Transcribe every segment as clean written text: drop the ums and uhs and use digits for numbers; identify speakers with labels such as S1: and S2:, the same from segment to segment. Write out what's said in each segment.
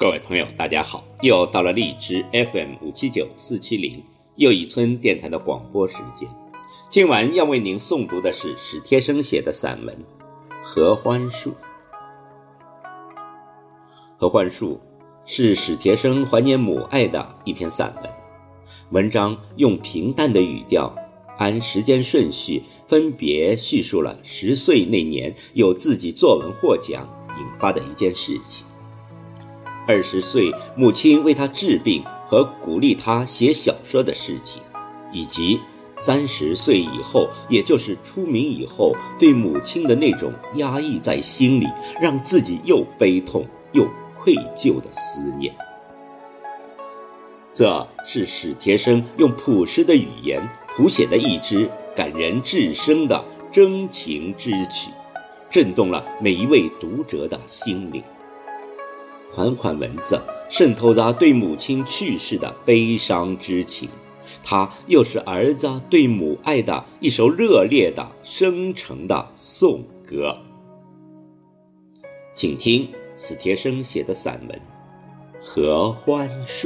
S1: 各位朋友大家好，又到了荔枝 FM579470又一村电台的广播时间。今晚要为您诵读的是史铁生写的散文《合欢树》。合欢树是史铁生怀念母爱的一篇散文，文章用平淡的语调，按时间顺序分别叙述了10岁那年有自己作文获奖引发的一件事情，20岁母亲为他治病和鼓励他写小说的事情，以及30岁以后，也就是出名以后，对母亲的那种压抑在心里，让自己又悲痛又愧疚的思念。这是史铁生用朴实的语言谱写的一支感人至深的真情之曲，震动了每一位读者的心灵。款款文字渗透着对母亲去世的悲伤之情，它又是儿子对母爱的一首热烈的深沉的颂歌。请听史铁生写的散文《合欢树》。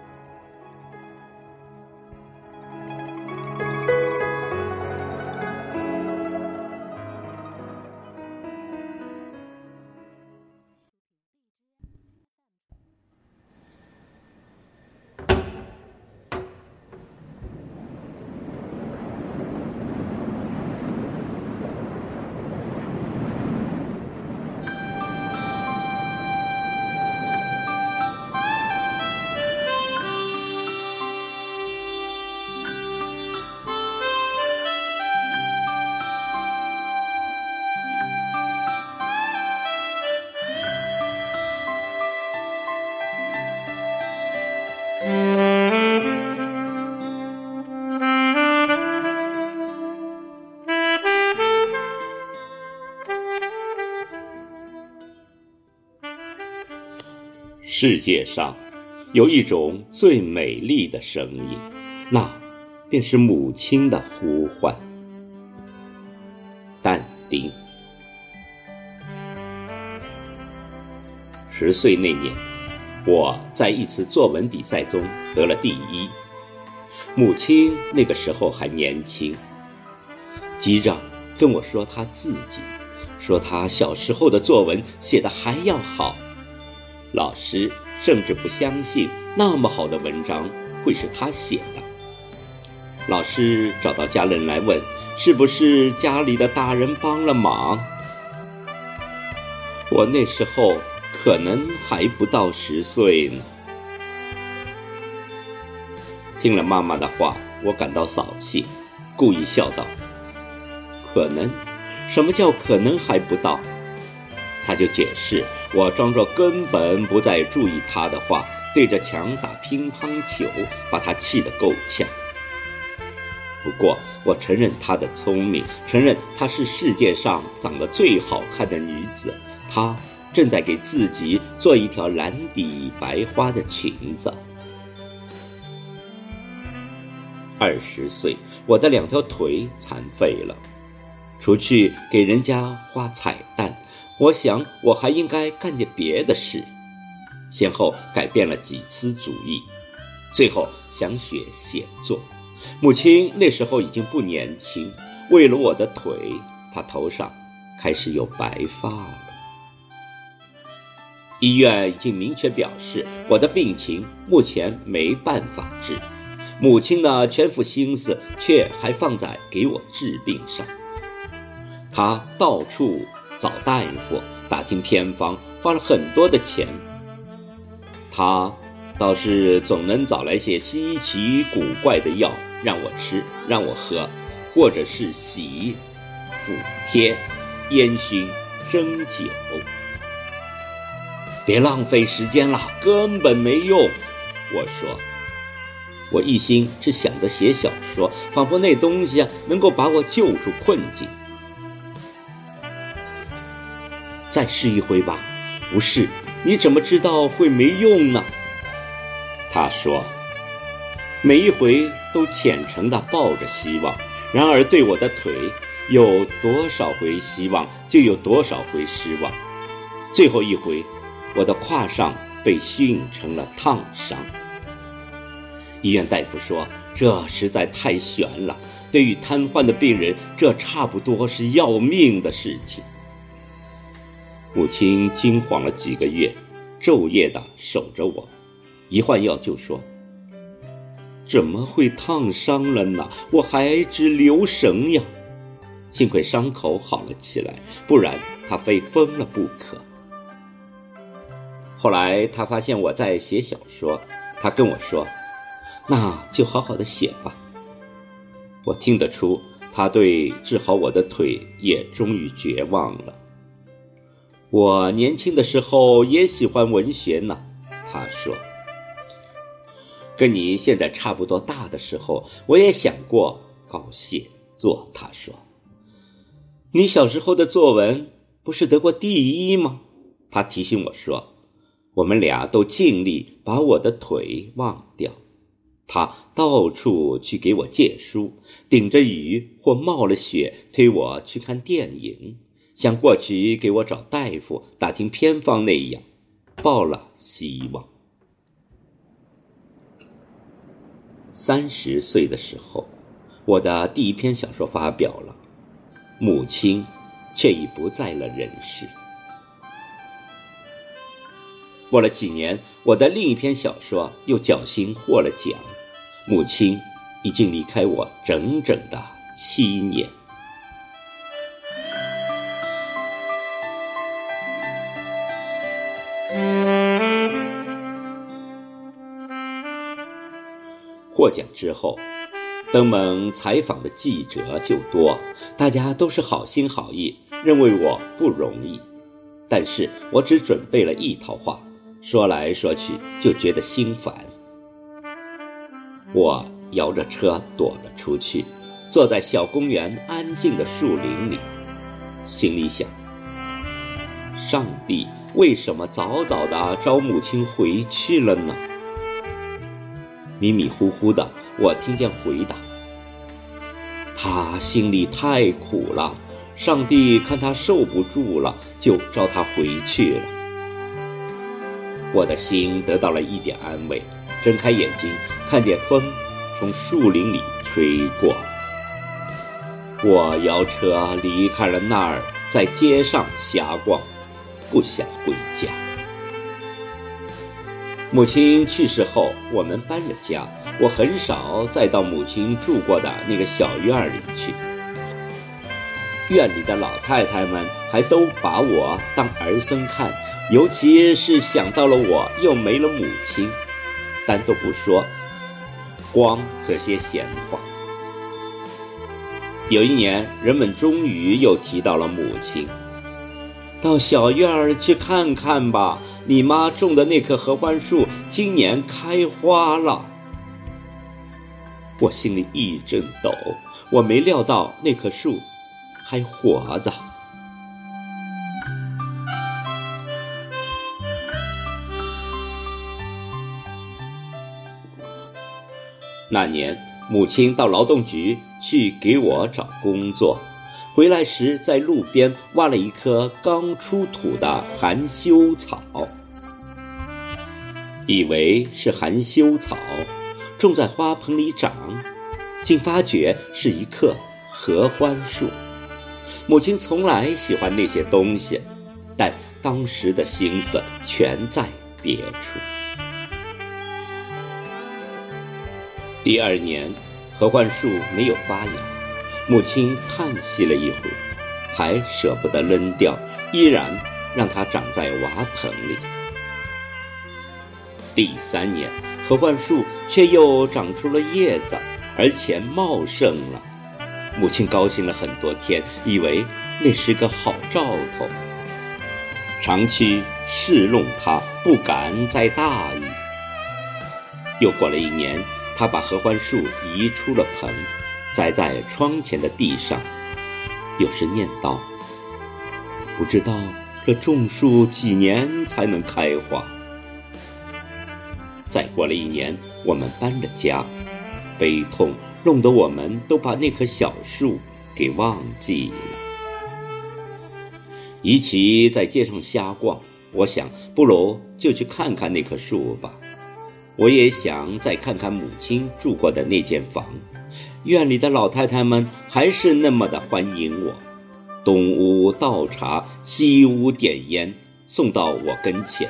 S1: 世界上有一种最美丽的声音，那便是母亲的呼唤。但丁。10岁那年，我在一次作文比赛中得了第1。母亲那个时候还年轻，急着跟我说她自己，说她小时候的作文写得还要好。老师甚至不相信那么好的文章会是他写的。老师找到家人来问，是不是家里的大人帮了忙？我那时候可能还不到10岁呢。听了妈妈的话，我感到扫兴，故意笑道：可能？什么叫可能还不到？他就解释，我装作根本不再注意他的话，对着墙打乒乓球，把他气得够呛。不过我承认她的聪明，承认她是世界上长得最好看的女子，她正在给自己做一条蓝底白花的裙子。20岁，我的2条腿残废了，除去给人家画彩蛋，我想我还应该干点别的事，先后改变了几次主意，最后想学写作。母亲那时候已经不年轻，为了我的腿，她头上开始有白发了。医院已经明确表示，我的病情目前没办法治，母亲的全副心思却还放在给我治病上。她到处找大夫，打听偏方，花了很多的钱。他倒是总能找来些稀奇古怪的药让我吃，让我喝，或者是洗、服贴、烟熏、针灸。别浪费时间了，根本没用，我说。我一心只想着写小说，仿佛那东西能够把我救出困境。再试一回吧。不是，你怎么知道会没用呢？他说，每一回都虔诚地抱着希望，然而对我的腿有多少回希望，就有多少回失望。最后一回，我的胯上被熏成了烫伤。医院大夫说，这实在太悬了，对于瘫痪的病人，这差不多是要命的事情。母亲惊慌了几个月，昼夜地守着我，一换药就说，怎么会烫伤了呢？我还只留神呀。幸亏伤口好了起来，不然他非疯了不可。后来他发现我在写小说，他跟我说，那就好好的写吧。我听得出他对治好我的腿也终于绝望了。我年轻的时候也喜欢文学呢，他说。跟你现在差不多大的时候，我也想过搞写作，他说。你小时候的作文不是得过第一吗？他提醒我说，我们俩都尽力把我的腿忘掉。他到处去给我借书，顶着雨或冒了雪推我去看电影，像过去给我找大夫打听偏方那样，抱了希望。30岁的时候，我的第一篇小说发表了，母亲却已不在了人世。过了几年，我的另一篇小说又侥幸获了奖，母亲已经离开我整整的7年。获奖之后，登门采访的记者就多，大家都是好心好意，认为我不容易。但是我只准备了一套话，说来说去就觉得心烦。我摇着车躲了出去，坐在小公园安静的树林里，心里想，上帝为什么早早地召母亲回去了呢？迷迷糊糊的，我听见回答，他心里太苦了，上帝看他受不住了，就召他回去了。我的心得到了一点安慰，睁开眼睛，看见风从树林里吹过。我摇车离开了那儿，在街上瞎逛，不想回家。母亲去世后，我们搬了家，我很少再到母亲住过的那个小院里去。院里的老太太们还都把我当儿孙看，尤其是想到了我又没了母亲，但都不说，光这些闲话。有一年，人们终于又提到了母亲，到小院儿去看看吧，你妈种的那棵合欢树今年开花了。我心里一阵抖，我没料到那棵树还活着。那年，母亲到劳动局去给我找工作，回来时在路边挖了一棵刚出土的含羞草，以为是含羞草，种在花盆里长，竟发觉是一棵合欢树。母亲从来喜欢那些东西，但当时的心思全在别处。第2年，合欢树没有发芽，母亲叹息了一会儿，还舍不得扔掉，依然让它长在瓦盆里。第3年，合欢树却又长出了叶子，而且茂盛了。母亲高兴了很多天，以为那是个好兆头，常去侍弄它，不敢再大意。又过了1年，他把合欢树移出了盆，栽在窗前的地上，有时念叨，不知道这种树几年才能开花。再过了1年，我们搬了家，悲痛弄得我们都把那棵小树给忘记了。一起在街上瞎逛， 我想不如就去看看那棵树吧。我也想再看看母亲住过的那间房，院里的老太太们还是那么的欢迎我，东屋倒茶，西屋点烟，送到我跟前。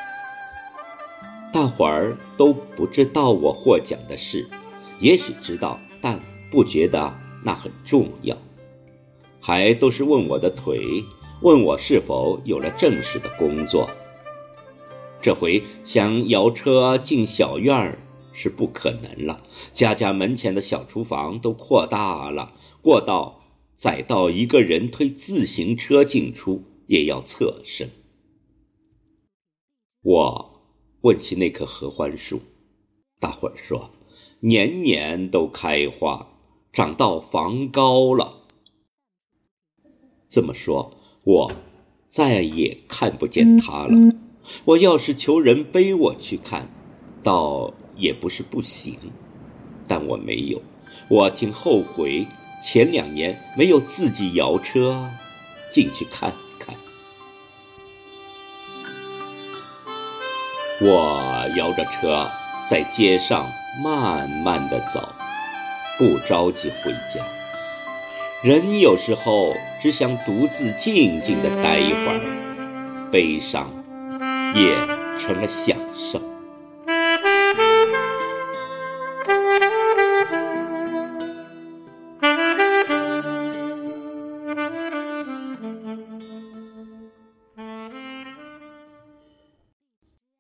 S1: 大伙儿都不知道我获奖的事，也许知道，但不觉得那很重要，还都是问我的腿，问我是否有了正式的工作。这回想摇车进小院儿是不可能了，家家门前的小厨房都扩大了，过道窄到一个人推自行车进出也要侧身。我问起那棵合欢树，大伙儿说年年都开花，长到房高了。这么说，我再也看不见它了。我要是求人背我去看，倒也不是不行，但我没有。我挺后悔前2年没有自己摇车进去看看。我摇着车在街上慢慢地走，不着急回家。人有时候只想独自静静地待一会儿，悲伤也成了享受。